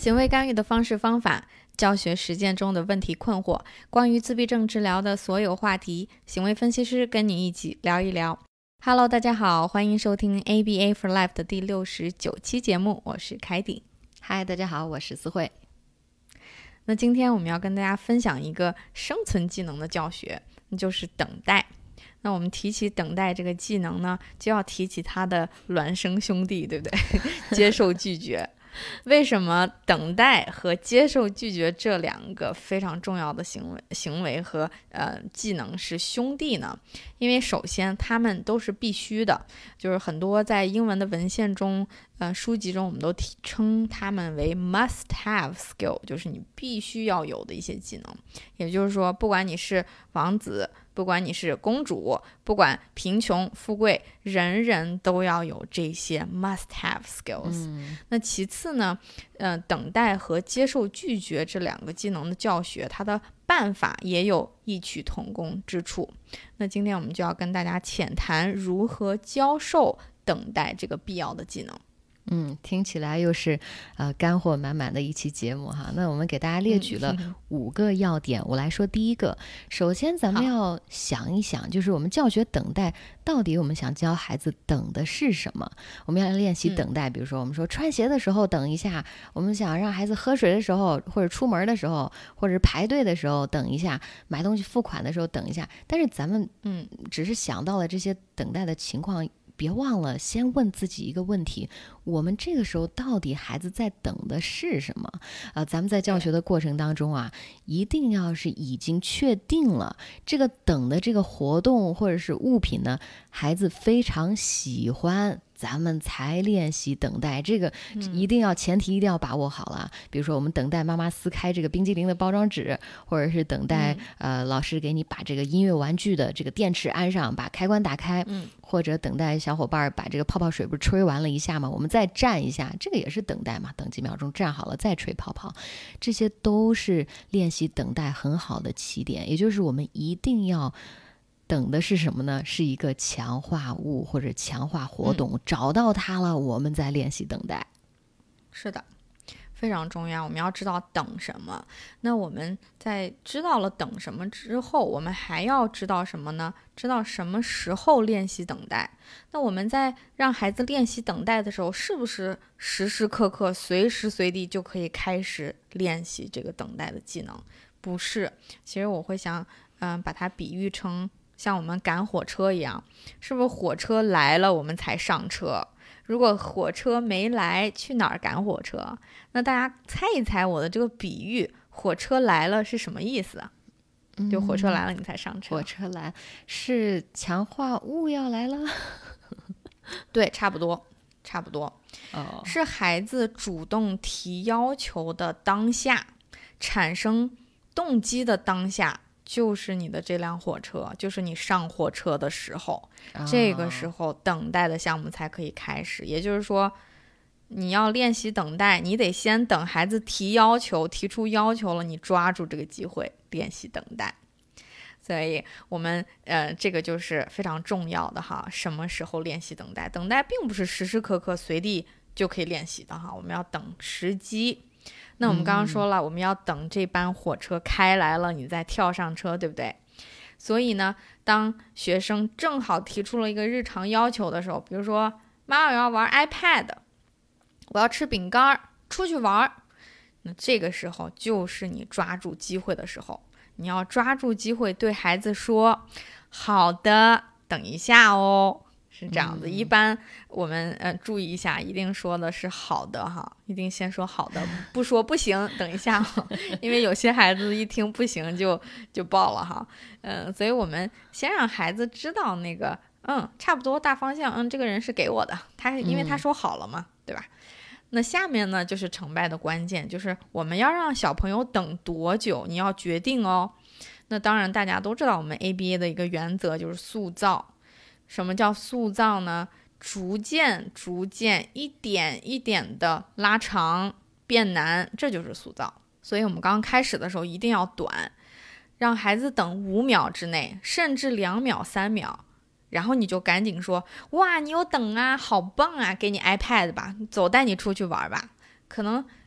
行为干预的方式方法，教学实践中的问题困惑，关于自闭症治疗的所有话题，行为分析师跟你一起聊一聊。Hello， 大家好，欢迎收听 ABA for Life 的第69期节目，我是凯蒂。 嗨，大家好，我是思慧。 那今天我们要跟大家分享一个生存技能的教学，那就是等待。那我们提起等待这个技能呢，就要提起它的孪生兄弟，对不对？接受拒绝。为什么等待和接受拒绝这两个非常重要的行为和技能是兄弟呢？因为首先他们都是必须的，就是很多在英文的文献中书籍中我们都称他们为 must have skill， 就是你必须要有的一些技能。也就是说，不管你是王子，不管你是公主，不管贫穷富贵，人人都要有这些 must have skills。那其次呢，等待和接受拒绝这两个技能的教学，它的办法也有异曲同工之处。那今天我们就要跟大家浅谈如何教授等待这个必要的技能。 听起来又是干货满满的一期节目哈。那我们给大家列举了5个要点，我来说第一个。首先咱们要想一想，就是我们教学等待到底我们想教孩子等的是什么。我们要练习等待，比如说我们说穿鞋的时候等一下，我们想让孩子喝水的时候，或者出门的时候，或者排队的时候等一下，买东西付款的时候等一下。但是咱们只是想到了这些等待的情况，别忘了先问自己一个问题，我们这个时候到底孩子在等的是什么？咱们在教学的过程当中啊，一定要是已经确定了这个等的这个活动或者是物品呢，孩子非常喜欢，咱们才练习等待。这个一定要前提一定要把握好了。比如说我们等待妈妈撕开这个冰激凌的包装纸，或者是等待老师给你把这个音乐玩具的这个电池安上，把开关打开，或者等待小伙伴把这个泡泡水不是吹完了一下嘛，我们再站一下，这个也是等待嘛，等几秒钟站好了再吹泡泡。这些都是练习等待很好的起点。也就是我们一定要等的是什么呢？是一个强化物或者强化活动，找到它了我们再练习等待。 是的，非常重要，我们要知道等什么。那我们在知道了等什么之后，我们还要知道什么呢？知道什么时候练习等待。那我们在让孩子练习等待的时候，是不是时时刻刻随时随地就可以开始练习这个等待的技能？不是，其实我会想把它比喻成像我们赶火车一样，是不是火车来了我们才上车？如果火车没来，去哪儿赶火车？那大家猜一猜我的这个比喻，火车来了是什么意思？就火车来了你才上车。 火车来是强化物要来了？ 对，差不多。是孩子主动提要求的当下，产生动机的当下，就是你的这辆火车，就是你上火车的时候，这个时候等待的项目才可以开始。也就是说，你要练习等待，你得先等孩子提出要求了，你抓住这个机会练习等待。所以我们这个就是非常重要的哈，什么时候练习等待？等待并不是时时刻刻随地就可以练习的哈，我们要等时机。那我们刚刚说了，我们要等这班火车开来了，你再跳上车，对不对？所以呢，当学生正好提出了一个日常要求的时候，比如说妈妈我要玩 iPad， 我要吃饼干，出去玩，那这个时候就是你抓住机会的时候。你要抓住机会对孩子说好的，等一下哦，是这样子。一般我们注意一下，一定说的是好的哈，一定先说好的，不说不行等一下因为有些孩子一听不行就爆了哈。所以我们先让孩子知道那个差不多大方向，这个人是给我的，因为他说好了嘛，对吧？那下面呢就是成败的关键，就是我们要让小朋友等多久，你要决定哦。那当然大家都知道我们 ABA 的一个原则就是塑造。什么叫塑造呢？逐渐一点一点的拉长变难，这就是塑造。所以我们刚开始的时候一定要短，让孩子等5秒之内，甚至2秒3秒，然后你就赶紧说，哇，你有等啊，好棒啊，给你 iPad 吧，走，带你出去玩吧。可能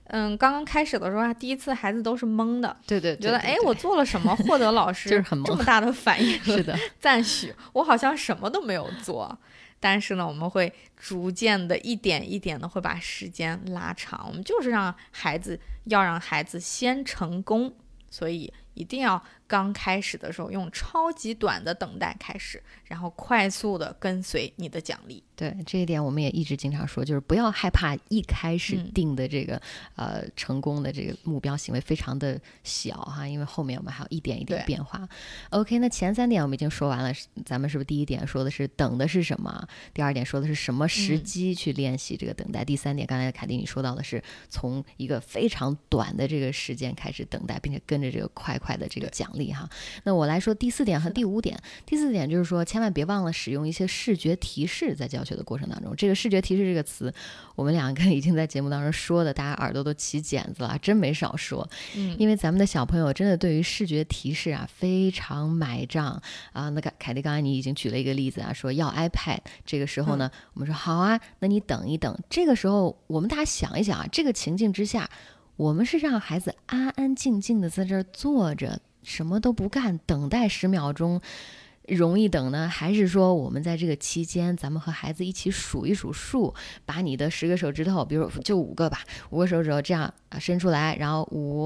刚刚开始的时候第一次孩子都是懵的， 对， 觉得我做了什么获得老师就是很懵这么大的反应是的赞许，我好像什么都没有做。但是呢，我们会逐渐的一点一点的会把时间拉长，我们就是要让孩子先成功，所以一定要刚开始的时候用超级短的等待开始，然后快速的跟随你的奖励。 对，这一点我们也一直经常说，就是不要害怕一开始定的这个成功的这个目标行为非常的小哈，因为后面我们还有一点一点变化。OK， 那前3点我们已经说完了，咱们是不是第一点说的是等的是什么？第2点说的是什么时机去练习这个等待？第3点，刚才凯蒂你说到的是从一个非常短的这个时间开始等待，并且跟着这个快的这个奖励哈。那我来说第4点和第5点。第4点就是说，千万别忘了使用一些视觉提示在教学的过程当中。这个视觉提示这个词，我们2个已经在节目当中说的，大家耳朵都起茧子了，真没少说。因为咱们的小朋友真的对于视觉提示非常买账啊。那凯蒂刚才你已经举了一个例子说要 iPad， 这个时候呢，我们说好啊，那你等一等。这个时候我们大家想一想这个情境之下，我们是让孩子安安静静的在这儿坐着，什么都不干，等待10秒钟容易等呢，还是说我们在这个期间咱们和孩子一起数一数数，把你的10个手指头，比如就5个吧，5个手指头这样伸出来，然后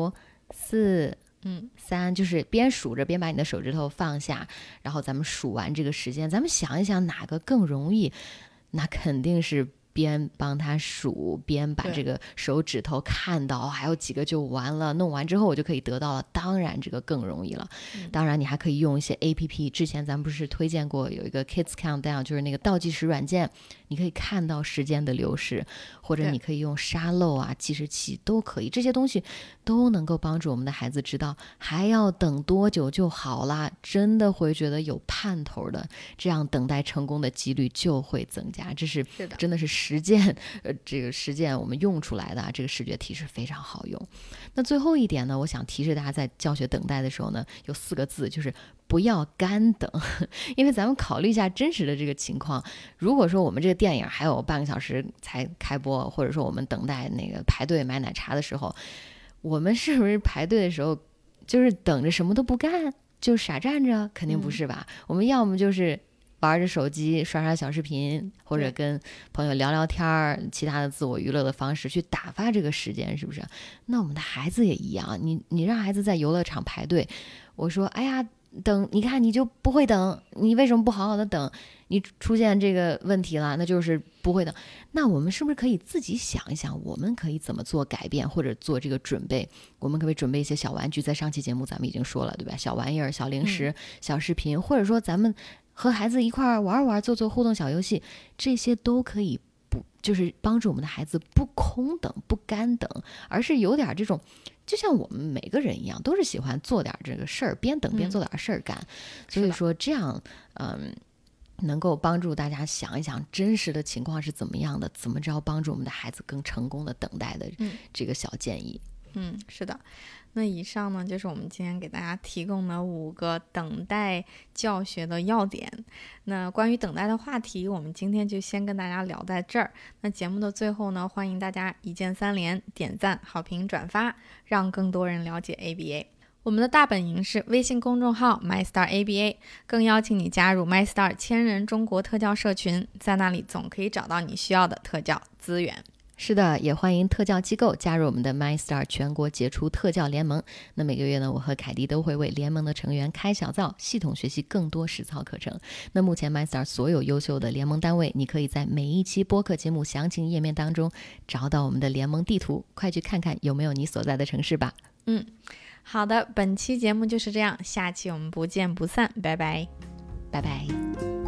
5、4、3，就是边数着边把你的手指头放下，然后咱们数完这个时间，咱们想一想哪个更容易，那肯定是边帮他数边把这个手指头看到还有几个就完了，弄完之后我就可以得到了，当然这个更容易了。当然你还可以用一些 APP， 之前咱们不是推荐过有一个 Kids Countdown， 就是那个倒计时软件，你可以看到时间的流逝，或者你可以用沙漏计时器都可以，这些东西都能够帮助我们的孩子知道还要等多久就好啦，真的会觉得有盼头的，这样等待成功的几率就会增加。这是真的是实践这个实践我们用出来的这个视觉提示非常好用。那最后一点呢，我想提示大家在教学等待的时候呢，有4个字，就是不要干等。因为咱们考虑一下真实的这个情况，如果说我们这个电影还有半个小时才开播，或者说我们等待那个排队买奶茶的时候，我们是不是排队的时候就是等着什么都不干就傻站着？肯定不是吧。我们要么就是玩着手机刷刷小视频，或者跟朋友聊聊天，其他的自我娱乐的方式去打发这个时间，是不是？那我们的孩子也一样，你让孩子在游乐场排队，我说哎呀等，你看你就不会等，你为什么不好好的等？你出现这个问题了，那就是不会等。那我们是不是可以自己想一想，我们可以怎么做改变或者做这个准备？我们可不可以准备一些小玩具？在上期节目咱们已经说了，对吧？小玩意儿、小零食、小视频，或者说咱们和孩子一块玩玩，做互动小游戏，这些都可以就是帮助我们的孩子不空等、不干等，而是有点这种，就像我们每个人一样，都是喜欢做点这个事儿，边等边做点事儿干。所以说这样，能够帮助大家想一想真实的情况是怎么样的，怎么着帮助我们的孩子更成功的等待的这个小建议。 是的。那以上呢就是我们今天给大家提供的5个等待教学的要点。那关于等待的话题，我们今天就先跟大家聊在这儿。那节目的最后呢，欢迎大家一键3连，点赞、好评、转发，让更多人了解 ABA。我们的大本营是微信公众号 MyStarABA， 更邀请你加入 MyStar 1000人中国特教社群，在那里总可以找到你需要的特教资源。 是的，也欢迎特教机构加入我们的 MyStar 全国杰出特教联盟。那每个月呢，我和凯蒂都会为联盟的成员开小灶，系统学习更多实操课程。那目前 MyStar 所有优秀的联盟单位，你可以在每一期播客节目详情页面当中找到我们的联盟地图，快去看看有没有你所在的城市吧。 好的，本期节目就是这样，下期我们不见不散，拜拜。 拜拜。